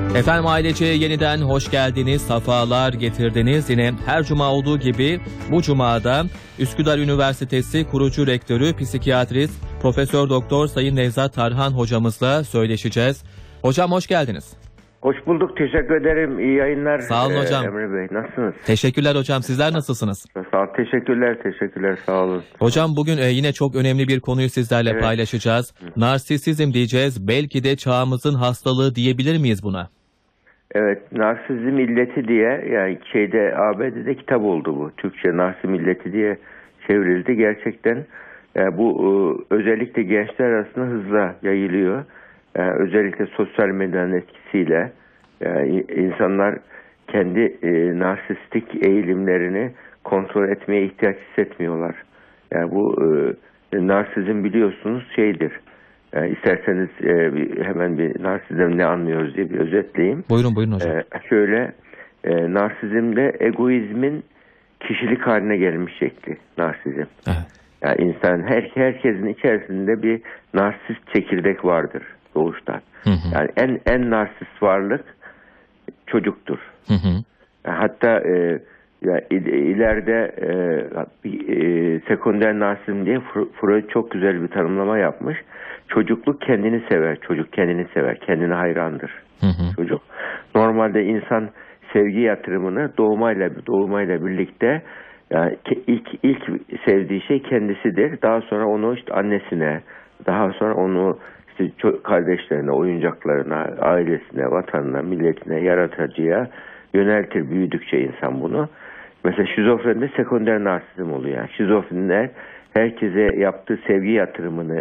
Efendim aileciye yeniden hoş geldiniz, safalar getirdiniz. Yine her cuma olduğu gibi bu cumada Üsküdar Üniversitesi kurucu rektörü, psikiyatrist, Profesör Doktor Sayın Nevzat Tarhan hocamızla söyleşeceğiz. Hocam hoş geldiniz. Hoş bulduk, teşekkür ederim. İyi yayınlar. Sağ olun hocam. Emre Bey, nasılsınız? Teşekkürler hocam, sizler nasılsınız? Sağ ol, teşekkürler, sağ olun. Hocam bugün yine çok önemli bir konuyu sizlerle paylaşacağız. Narsisizm diyeceğiz, belki de çağımızın hastalığı diyebilir miyiz buna? Evet, narsizm illeti diye, yani ABD'de kitap oldu bu. Türkçe narsizm illeti diye çevrildi. Gerçekten bu özellikle gençler arasında hızla yayılıyor. Özellikle sosyal medyanın etkisiyle insanlar kendi narsistik eğilimlerini kontrol etmeye ihtiyaç hissetmiyorlar. Yani bu narsizm biliyorsunuz şeydir. İsterseniz hemen bir narsizm ne anlıyoruz diye bir özetleyeyim. Buyurun hocam. Narsizmde egoizmin kişilik haline gelmiş şekli narsizm. Evet. Yani insan herkesin içerisinde bir narsist çekirdek vardır doğuştan. Yani en narsist varlık çocuktur. Hatta ileride sekonder narsizm diye Freud çok güzel bir tanımlama yapmış. Çocukluk kendini sever, çocuk kendini sever, kendine hayrandır. Çocuk. Normalde insan sevgi yatırımını doğumayla birlikte yani ilk sevdiği şey kendisidir. Daha sonra onu işte annesine, daha sonra onu işte kardeşlerine, oyuncaklarına, ailesine, vatanına, milletine, yaratıcıya yöneltir büyüdükçe insan bunu. Mesela şizofrenide sekonder narsizm oluyor. Yani şizofrenler herkese yaptığı sevgi yatırımını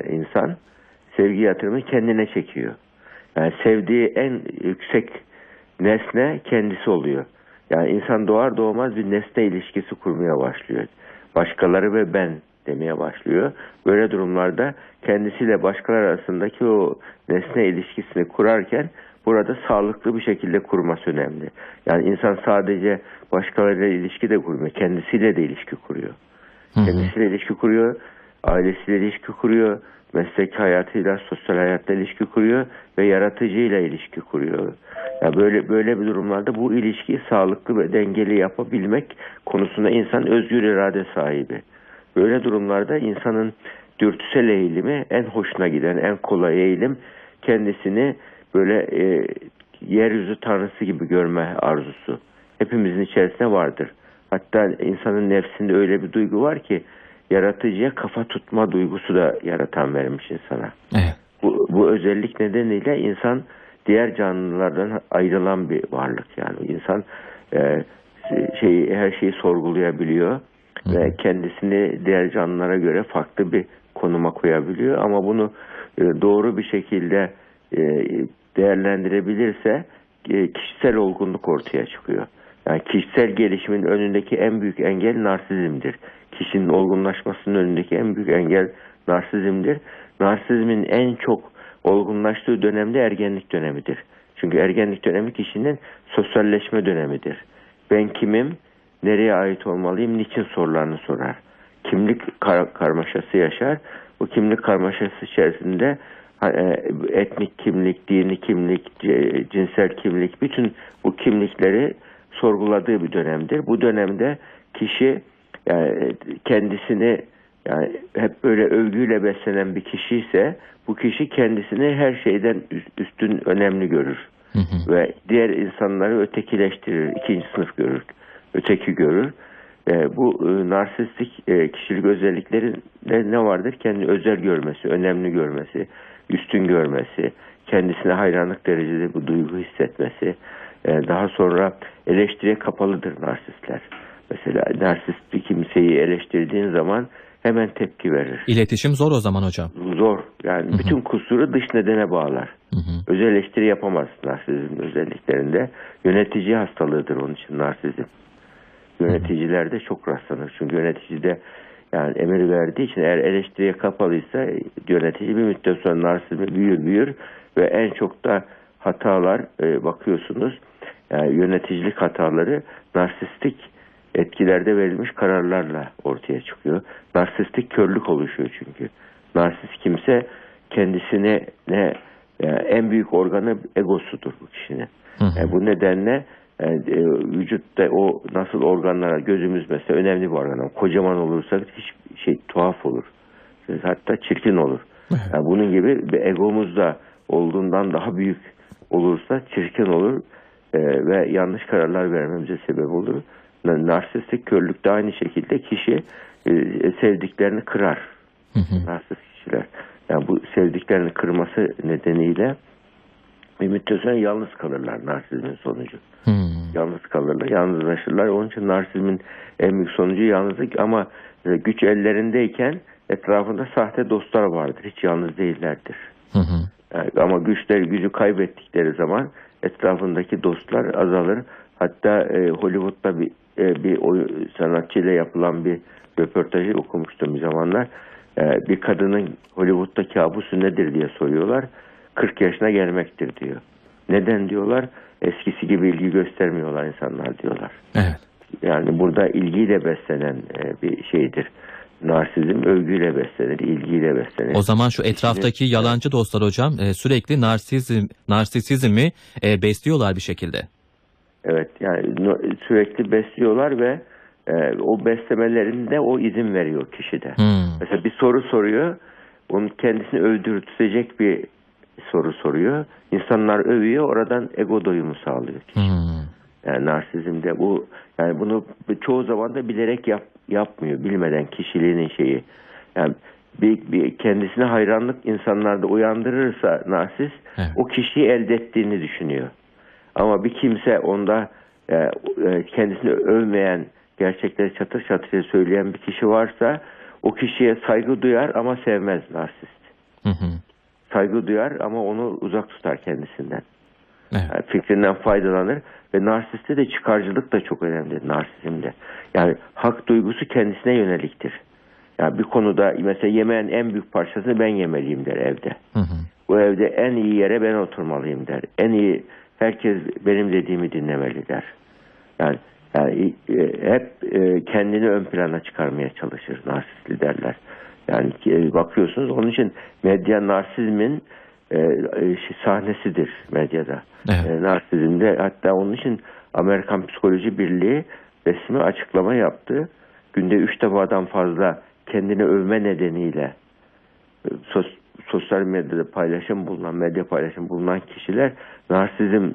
kendine çekiyor. Yani sevdiği en yüksek nesne kendisi oluyor. Yani insan doğar doğmaz bir nesne ilişkisi kurmaya başlıyor. Başkaları ve ben demeye başlıyor. Böyle durumlarda kendisiyle başkaları arasındaki o nesne ilişkisini kurarken burada sağlıklı bir şekilde kurması önemli. Yani insan sadece başkalarıyla ilişki de kurmuyor. Kendisiyle de ilişki kuruyor. Kendisiyle ilişki kuruyor. Ailesiyle ilişki kuruyor. Mesleki hayatıyla, sosyal hayatla ilişki kuruyor ve yaratıcıyla ilişki kuruyor. Yani böyle bir durumlarda bu ilişkiyi sağlıklı ve dengeli yapabilmek konusunda insan özgür irade sahibi. Böyle durumlarda insanın dürtüsel eğilimi en hoşuna giden, en kolay eğilim kendisini böyle yeryüzü tanrısı gibi görme arzusu. Hepimizin içerisinde vardır. Hatta insanın nefsinde öyle bir duygu var ki yaratıcıya kafa tutma duygusu da yaratan vermiş insana. Evet. Bu özellik nedeniyle insan diğer canlılardan ayrılan bir varlık. Yani insan her şeyi sorgulayabiliyor ve kendisini diğer canlılara göre farklı bir konuma koyabiliyor. Ama bunu doğru bir şekilde değerlendirebilirse kişisel olgunluk ortaya çıkıyor. Yani kişisel gelişimin önündeki en büyük engel narsizmdir. Kişinin olgunlaşmasının önündeki en büyük engel narsizmdir. Narsizmin en çok olgunlaştığı dönemde ergenlik dönemidir. Çünkü ergenlik dönemi kişinin sosyalleşme dönemidir. Ben kimim, nereye ait olmalıyım, niçin sorularını sorar. Kimlik karmaşası yaşar. Bu kimlik karmaşası içerisinde etnik kimlik, dini kimlik, cinsel kimlik, bütün bu kimlikleri sorguladığı bir dönemdir. Bu dönemde kişi kendisini hep böyle övgüyle beslenen bir kişi ise bu kişi kendisini her şeyden üstün, önemli görür. Ve diğer insanları ötekileştirir, ikinci sınıf görür, öteki görür. Bu narsistik kişilik özelliklerinde ne vardır? Kendini özel görmesi, önemli görmesi, üstün görmesi, kendisine hayranlık derecede bu duygu hissetmesi. Daha sonra eleştiriye kapalıdır narsistler. Mesela narsist bir kimseyi eleştirdiğin zaman hemen tepki verir. İletişim zor o zaman hocam. Zor. Yani bütün kusuru dış nedene bağlar. Öz eleştiri yapamaz narsizm özelliklerinde. Yönetici hastalığıdır onun için narsizm. Yöneticilerde çok rastlanır. Çünkü yöneticide yani emir verdiği için eğer eleştiriye kapalıysa yönetici bir müddet sonra narsizmi büyür ve en çok da hatalar bakıyorsunuz yani yöneticilik hataları narsistik etkilerde verilmiş kararlarla ortaya çıkıyor. Narsistik körlük oluşuyor çünkü. Narsist kimse kendisine ne en büyük organı egosudur bu kişinin. Bu nedenle vücutta o nasıl organlara, gözümüz mesela önemli bir organ. Kocaman olursa hiçbir şey tuhaf olur. Hatta çirkin olur. Bunun gibi bir egomuz da olduğundan daha büyük olursa çirkin olur ve yanlış kararlar vermemize sebep olur. Narsistik körlük de aynı şekilde kişi sevdiklerini kırar. Narsist kişiler. Yani bu sevdiklerini kırması nedeniyle bir müddet sonra yalnız kalırlar narsizmin sonucu. Yalnız kalırlar, yalnızlaşırlar. Onun için narsizmin en büyük sonucu yalnızlık ama güç ellerindeyken etrafında sahte dostlar vardır. Hiç yalnız değillerdir. Yani, ama gücü kaybettikleri zaman etrafındaki dostlar azalır. Hatta Hollywood'da bir sanatçıyla yapılan bir röportajı okumuştum bir zamanlar. Bir kadının Hollywood'da kabusu nedir diye soruyorlar. 40 yaşına gelmektir diyor. Neden diyorlar? Eskisi gibi ilgi göstermiyorlar insanlar diyorlar. Evet. Yani burada ilgiyle beslenen bir şeydir. Narsizm övgüyle beslenir, ilgiyle beslenir. O zaman şu etraftaki yalancı dostlar hocam sürekli narsisizmi besliyorlar bir şekilde. Evet, yani sürekli besliyorlar ve o beslemelerinde o izin veriyor kişide. Mesela bir soru soruyor, onun kendisini övdürtecek bir soru soruyor. İnsanlar övüyor, oradan ego doyumu sağlıyor kişi. Yani narsizmde bu, yani bunu çoğu zaman da bilerek yapmıyor, bilmeden kişiliğinin şeyi. Yani bir kendisine hayranlık insanlarda uyandırırsa narsist, o kişiyi elde ettiğini düşünüyor. Ama bir kimse onda kendisini övmeyen, gerçekleri çatır çatır söyleyen bir kişi varsa o kişiye saygı duyar ama sevmez narsist. Saygı duyar ama onu uzak tutar kendisinden. Yani fikrinden faydalanır ve narsiste de çıkarcılık da çok önemli narsizmde. Yani hak duygusu kendisine yöneliktir. Yani bir konuda mesela yemeğin en büyük parçasını ben yemeliyim der evde. Bu evde en iyi yere ben oturmalıyım der. En iyi herkes benim dediğimi dinlemeli der. Yani hep kendini ön plana çıkarmaya çalışır narsist liderler. Yani bakıyorsunuz, onun için medya narsizmin sahnesidir medyada. Narsizmde, hatta onun için Amerikan Psikoloji Birliği resmi açıklama yaptı. Günde 3 defadan fazla kendini övme nedeniyle sosyal medyada medya paylaşım bulunan kişiler narsizm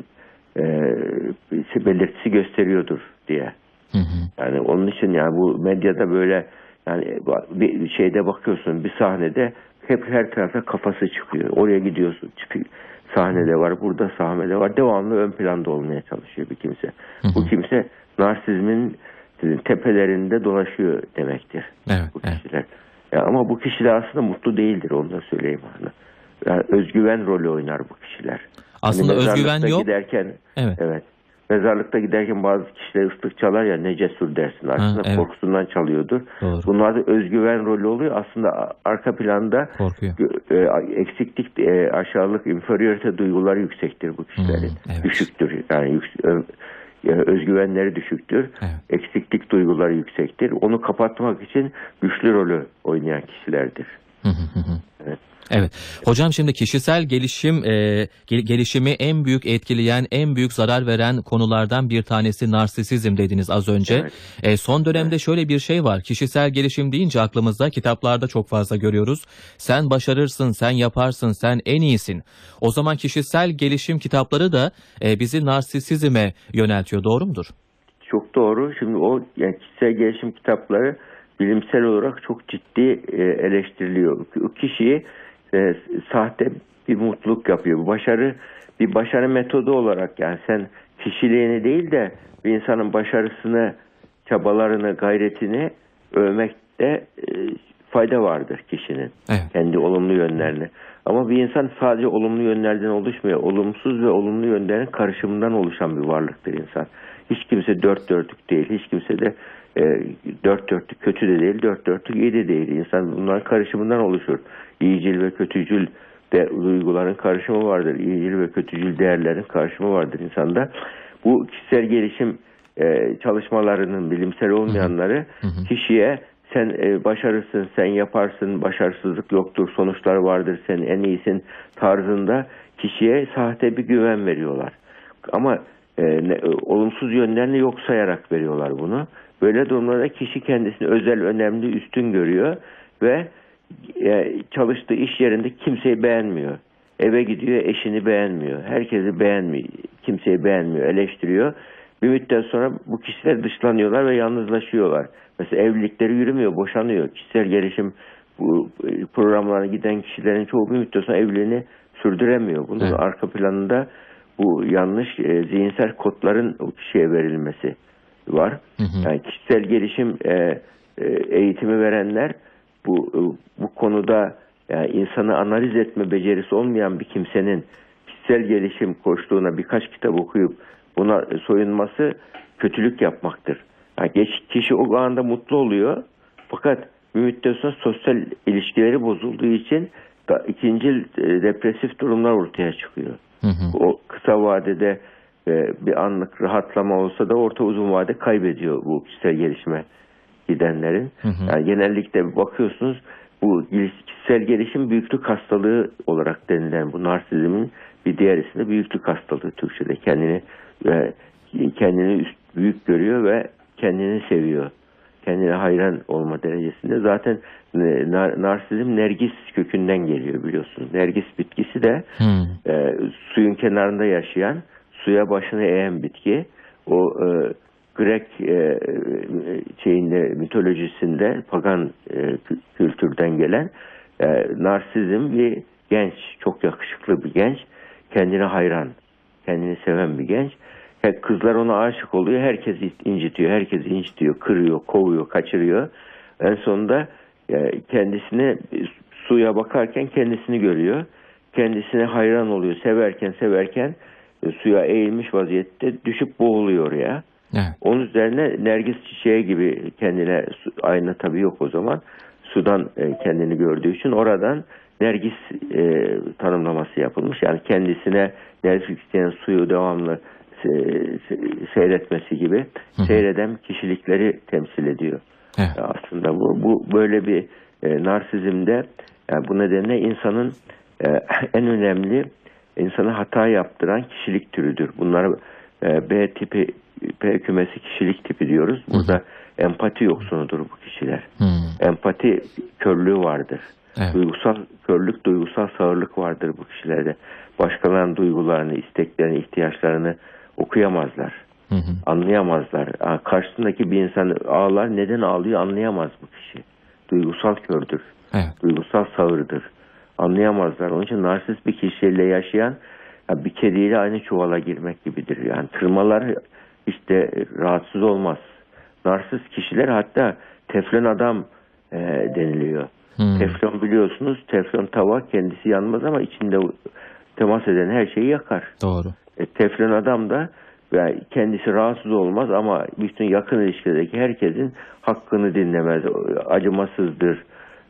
belirtisi gösteriyordur diye. Yani onun için yani bu medyada böyle, yani bir şeyde bakıyorsun, bir sahnede hep her tarafa kafası çıkıyor. Oraya gidiyorsun, sahnede var, burada sahnede var. Devamlı ön planda olmaya çalışıyor bir kimse. Bu kimse narsizmin tepelerinde dolaşıyor demektir. Bu kişiler. Ya ama bu kişiler aslında mutlu değildir, onu da söyleyeyim. Yani özgüven rolü oynar bu kişiler. Aslında hani özgüven yok. Giderken, evet. Mezarlıkta giderken bazı kişiler ıslık çalar ya, ne cesur dersin. Aslında korkusundan çalıyordur. Doğru. Bunlarda özgüven rolü oluyor. Aslında arka planda eksiklik, aşağılık, inferiorite duyguları yüksektir bu kişilerin. Düşüktür. Yani özgüvenleri düşüktür. Eksiklik duyguları yüksektir. Onu kapatmak için güçlü rolü oynayan kişilerdir. Evet. Hocam şimdi kişisel gelişimi en büyük etkileyen, en büyük zarar veren konulardan bir tanesi narsisizm dediniz az önce. Son dönemde şöyle bir şey var. Kişisel gelişim deyince aklımızda, kitaplarda çok fazla görüyoruz. Sen başarırsın, sen yaparsın, sen en iyisin. O zaman kişisel gelişim kitapları da bizi narsisizme yöneltiyor. Doğru mudur? Çok doğru. Şimdi yani kişisel gelişim kitapları bilimsel olarak çok ciddi eleştiriliyor. O kişiyi sahte bir mutluluk yapıyor. Bir başarı metodu olarak, yani sen kişiliğini değil de bir insanın başarısını, çabalarını, gayretini övmekte fayda vardır kişinin. Kendi olumlu yönlerini. Ama bir insan sadece olumlu yönlerden oluşmuyor. Olumsuz ve olumlu yönlerin karışımından oluşan bir varlıktır insan. Hiç kimse dört dörtlük değil. Hiç kimse de dört dörtlük kötü de değil, dört dörtlük iyi de değil. İnsan bunların karışımından oluşur. İyicil ve kötücül duyguların karışımı vardır. İyicil ve kötücül değerlerin karışımı vardır insanda. Bu kişisel gelişim çalışmalarının bilimsel olmayanları kişiye sen başarısın, sen yaparsın, başarısızlık yoktur, sonuçlar vardır, sen en iyisin tarzında kişiye sahte bir güven veriyorlar. Ama olumsuz yönlerini yok sayarak veriyorlar bunu. Böyle durumlarda kişi kendisini özel, önemli, üstün görüyor ve çalıştığı iş yerinde kimseyi beğenmiyor. Eve gidiyor, eşini beğenmiyor. Herkesi beğenmiyor. Kimseyi beğenmiyor, eleştiriyor. Bir müddet sonra bu kişiler dışlanıyorlar ve yalnızlaşıyorlar. Mesela evlilikleri yürümüyor, boşanıyor. Kişisel gelişim bu programlarına giden kişilerin çoğu bir müddet sonra evliliğini sürdüremiyor. Bunun arka planında bu yanlış zihinsel kodların o kişiye verilmesi var. Yani kişisel gelişim eğitimi verenler bu konuda yani insanı analiz etme becerisi olmayan bir kimsenin kişisel gelişim koçluğuna birkaç kitap okuyup buna soyunması kötülük yapmaktır. Yani kişi o anda mutlu oluyor fakat bir müddet sonra sosyal ilişkileri bozulduğu için ikinci depresif durumlar ortaya çıkıyor. O kısa vadede bir anlık rahatlama olsa da orta uzun vade kaybediyor bu kişisel gelişime gidenlerin. Yani genellikle bakıyorsunuz bu kişisel gelişim büyüklük hastalığı olarak denilen bu narsizmin bir diğer ismi de büyüklük hastalığı Türkçe'de. Kendini büyük görüyor ve kendini seviyor. Kendine hayran olma derecesinde. Zaten narsizm nergis kökünden geliyor biliyorsunuz. Nergis bitkisi de suyun kenarında yaşayan, suya başını eğen bitki. O Grek mitolojisinde pagan kültürden gelen narsizm bir genç, çok yakışıklı bir genç, kendine hayran, kendini seven bir genç. Kızlar ona aşık oluyor, herkesi incitiyor, kırıyor, kovuyor, kaçırıyor. En sonunda kendisine suya bakarken kendisini görüyor, kendisine hayran oluyor, severken suya eğilmiş vaziyette düşüp boğuluyor oraya. Evet. Onun üzerine nergis çiçeği gibi kendine, ayna tabii yok o zaman, sudan kendini gördüğü için oradan nergis tanımlaması yapılmış. Yani kendisine nergis isteyen suyu devamlı seyretmesi gibi seyreden kişilikleri temsil ediyor. Evet. Aslında bu böyle bir narsizmde yani bu nedenle insanın en önemli insana hata yaptıran kişilik türüdür. Bunlara B kümesi kişilik tipi diyoruz. Burada empati yoksunudur bu kişiler. Empati körlüğü vardır. Evet. Duygusal körlük, duygusal sağırlık vardır bu kişilerde. Başkalarının duygularını, isteklerini, ihtiyaçlarını okuyamazlar. Anlayamazlar. Karşısındaki bir insan ağlar, neden ağlıyor anlayamaz bu kişi. Duygusal kördür. Evet. Duygusal sağırdır. Anlayamazlar. Onun için narsist bir kişiyle yaşayan bir kediyle aynı çuvala girmek gibidir. Yani tırmalar hiç de rahatsız olmaz. Narsist kişiler hatta teflon adam deniliyor. Teflon biliyorsunuz, teflon tava kendisi yanmaz ama içinde temas eden her şeyi yakar. Doğru. Teflon adam da yani kendisi rahatsız olmaz ama bütün yakın ilişkideki herkesin hakkını dinlemez. Acımasızdır,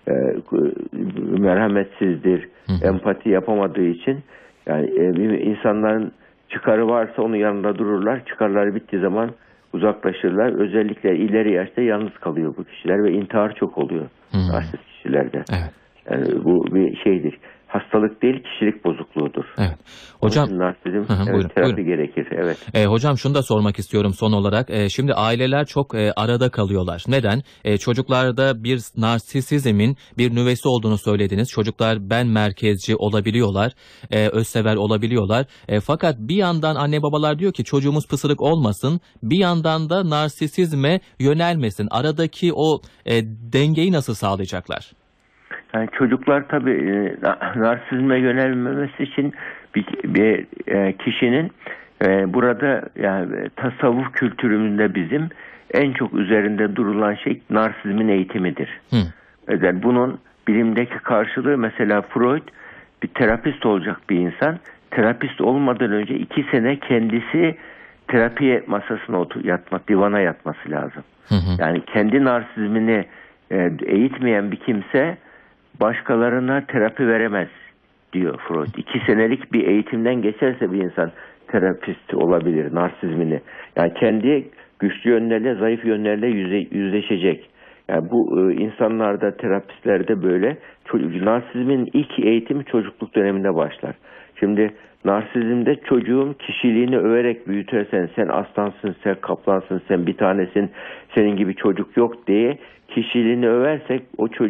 merhametsizdir, empati yapamadığı için yani insanların çıkarı varsa onun yanında dururlar. Çıkarları bittiği zaman uzaklaşırlar. Özellikle ileri yaşta yalnız kalıyor bu kişiler ve intihar çok oluyor narsist kişilerde. Evet. Yani bu bir şeydir. Hastalık değil, kişilik bozukluğudur. Evet. Hocam, narsizm buyurun, terapi buyurun. gerekir. Evet. Hocam şunu da sormak istiyorum son olarak. Şimdi aileler çok arada kalıyorlar. Neden? Çocuklarda bir narsisizmin bir nüvesi olduğunu söylediniz. Çocuklar ben merkezci olabiliyorlar. Özsever olabiliyorlar. Fakat bir yandan anne babalar diyor ki çocuğumuz pısırık olmasın. Bir yandan da narsisizme yönelmesin. Aradaki o dengeyi nasıl sağlayacaklar? Yani çocuklar tabii narsizme yönelmemesi için bir kişinin burada yani tasavvuf kültürümüzde bizim en çok üzerinde durulan şey narsizmin eğitimidir. Yani bunun bilimdeki karşılığı mesela Freud bir terapist olacak bir insan. Terapist olmadan önce 2 sene kendisi terapi masasına divana yatması lazım. Yani kendi narsizmini eğitmeyen bir kimse başkalarına terapi veremez diyor Freud. 2 senelik bir eğitimden geçerse bir insan terapist olabilir narsizmini. Yani kendi güçlü yönlerle, zayıf yönlerle yüzleşecek. Yani bu insanlarda, terapistlerde böyle. Narsizmin ilk eğitimi çocukluk döneminde başlar. Şimdi narsizmde çocuğun kişiliğini överek büyütersen, sen aslansın, sen kaplansın, sen bir tanesin, senin gibi çocuk yok diye kişiliğini översek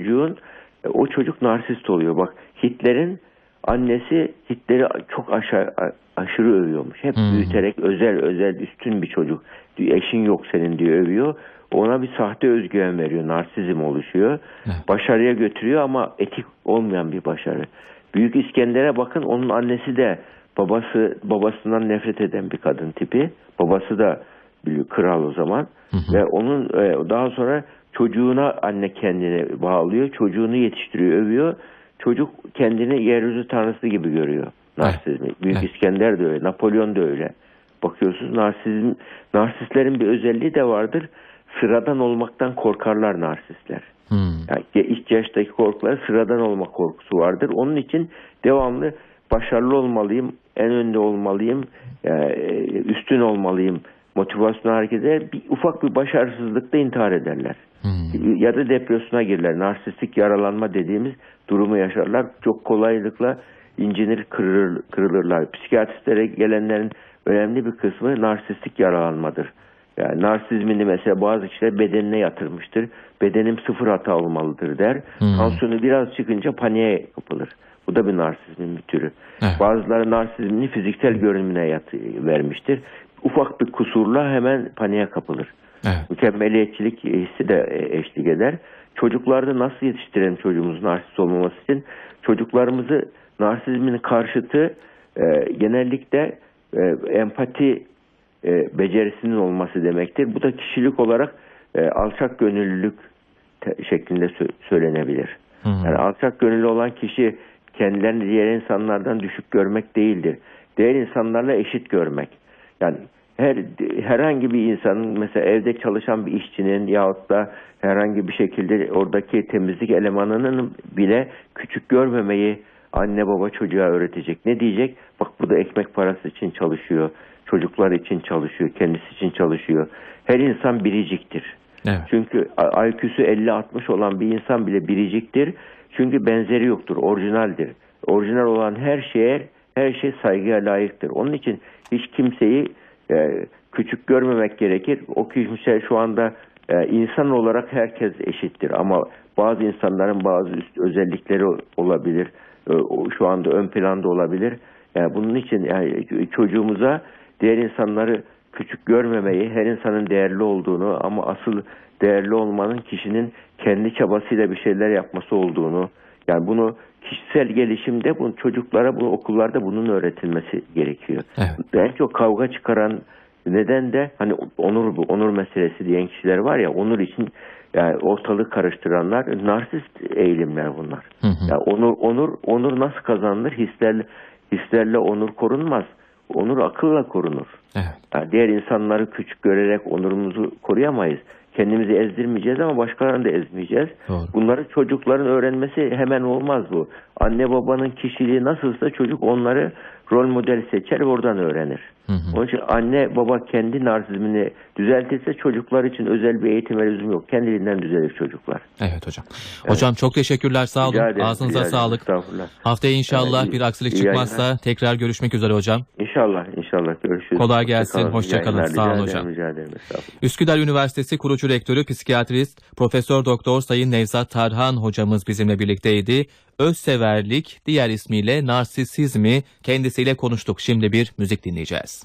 o çocuk narsist oluyor. Bak, Hitler'in annesi Hitler'i çok aşırı övüyormuş. Hep büyüterek özel üstün bir çocuk. Eşin yok senin diye övüyor. Ona bir sahte özgüven veriyor. Narsizm oluşuyor. Başarıya götürüyor ama etik olmayan bir başarı. Büyük İskender'e bakın, onun annesi de babasından nefret eden bir kadın tipi. Babası da bir kral o zaman. Ve onun daha sonra çocuğuna anne kendini bağlıyor. Çocuğunu yetiştiriyor, övüyor. Çocuk kendini yeryüzü tanrısı gibi görüyor. Narsizmi. Büyük İskender de öyle. Napolyon da öyle. Bakıyorsunuz narsistlerin bir özelliği de vardır. Sıradan olmaktan korkarlar narsistler. Yani ilk yaştaki korkuları sıradan olma korkusu vardır. Onun için devamlı başarılı olmalıyım, en önde olmalıyım, üstün olmalıyım motivasyonu hareket eder. Ufak bir başarısızlıkta intihar ederler. Ya da depresyona girerler. Narsistik yaralanma dediğimiz durumu yaşarlar. Çok kolaylıkla incinir, kırılırlar. Psikiyatristlere gelenlerin önemli bir kısmı narsistik yaralanmadır. Yani narsizmini mesela bazı kişiler bedenine yatırmıştır. Bedenim sıfır hata olmalıdır der. Tansiyonu biraz çıkınca paniğe kapılır. Bu da bir narsizmin bir türü. Bazıları narsizmini fiziksel görünümüne vermiştir. Ufak bir kusurla hemen paniğe kapılır. Mükemmeliyetçilik hissi de eşlik eder. Çocuklarda nasıl yetiştirelim çocuğumuzun narsist olmaması için? Çocuklarımızı narsizmin karşıtı genellikle empati becerisinin olması demektir. Bu da kişilik olarak alçak gönüllülük şeklinde söylenebilir. Yani alçak gönüllü olan kişi kendilerini diğer insanlardan düşük görmek değildir. Diğer insanlarla eşit görmek. Yani herhangi bir insanın, mesela evde çalışan bir işçinin yahut da herhangi bir şekilde oradaki temizlik elemanının bile küçük görmemeyi anne baba çocuğa öğretecek. Ne diyecek? Bak, bu da ekmek parası için çalışıyor. Çocuklar için çalışıyor. Kendisi için çalışıyor. Her insan biriciktir. Çünkü IQ'su 50-60 olan bir insan bile biriciktir. Çünkü benzeri yoktur. Orijinaldir. Orijinal olan her şey saygıya layıktır. Onun için hiç kimseyi küçük görmemek gerekir. O kimse şu anda insan olarak herkes eşittir. Ama bazı insanların bazı özellikleri olabilir. Şu anda ön planda olabilir. Yani bunun için çocuğumuza diğer insanları küçük görmemeyi, her insanın değerli olduğunu ama asıl değerli olmanın kişinin kendi çabasıyla bir şeyler yapması olduğunu, yani bunu kişisel gelişimde çocuklara okullarda bunun öğretilmesi gerekiyor. En çok kavga çıkaran neden de hani onur meselesi diyen kişiler var ya, onur için yani ortalığı karıştıranlar, narsist eğilimler bunlar. Yani onur nasıl kazanılır? Hislerle onur korunmaz. Onur akılla korunur. Yani diğer insanları küçük görerek onurumuzu koruyamayız. Kendimizi ezdirmeyeceğiz ama başkalarını da ezmeyeceğiz. Bunları çocukların öğrenmesi hemen olmaz bu. Anne babanın kişiliği nasılsa çocuk onları rol model seçer ve oradan öğrenir. Onun için anne baba kendi narsizmini düzeltirse çocuklar için özel bir eğitime lüzum yok. Kendiliğinden düzelir çocuklar. Evet hocam. Hocam çok teşekkürler, sağ olun. Ağzınıza sağlık. Haftaya inşallah bir aksilik çıkmazsa tekrar görüşmek üzere hocam. İnşallah görüşürüz. Kolay gelsin. Hoşçakalın. Sağ olun hocam. Üsküdar Üniversitesi kurucu rektörü, psikiyatrist Profesör Doktor Sayın Nevzat Tarhan hocamız bizimle birlikteydi. Özseverlik, diğer ismiyle narsisizmi kendisiyle konuştuk. Şimdi bir müzik dinleyeceğiz.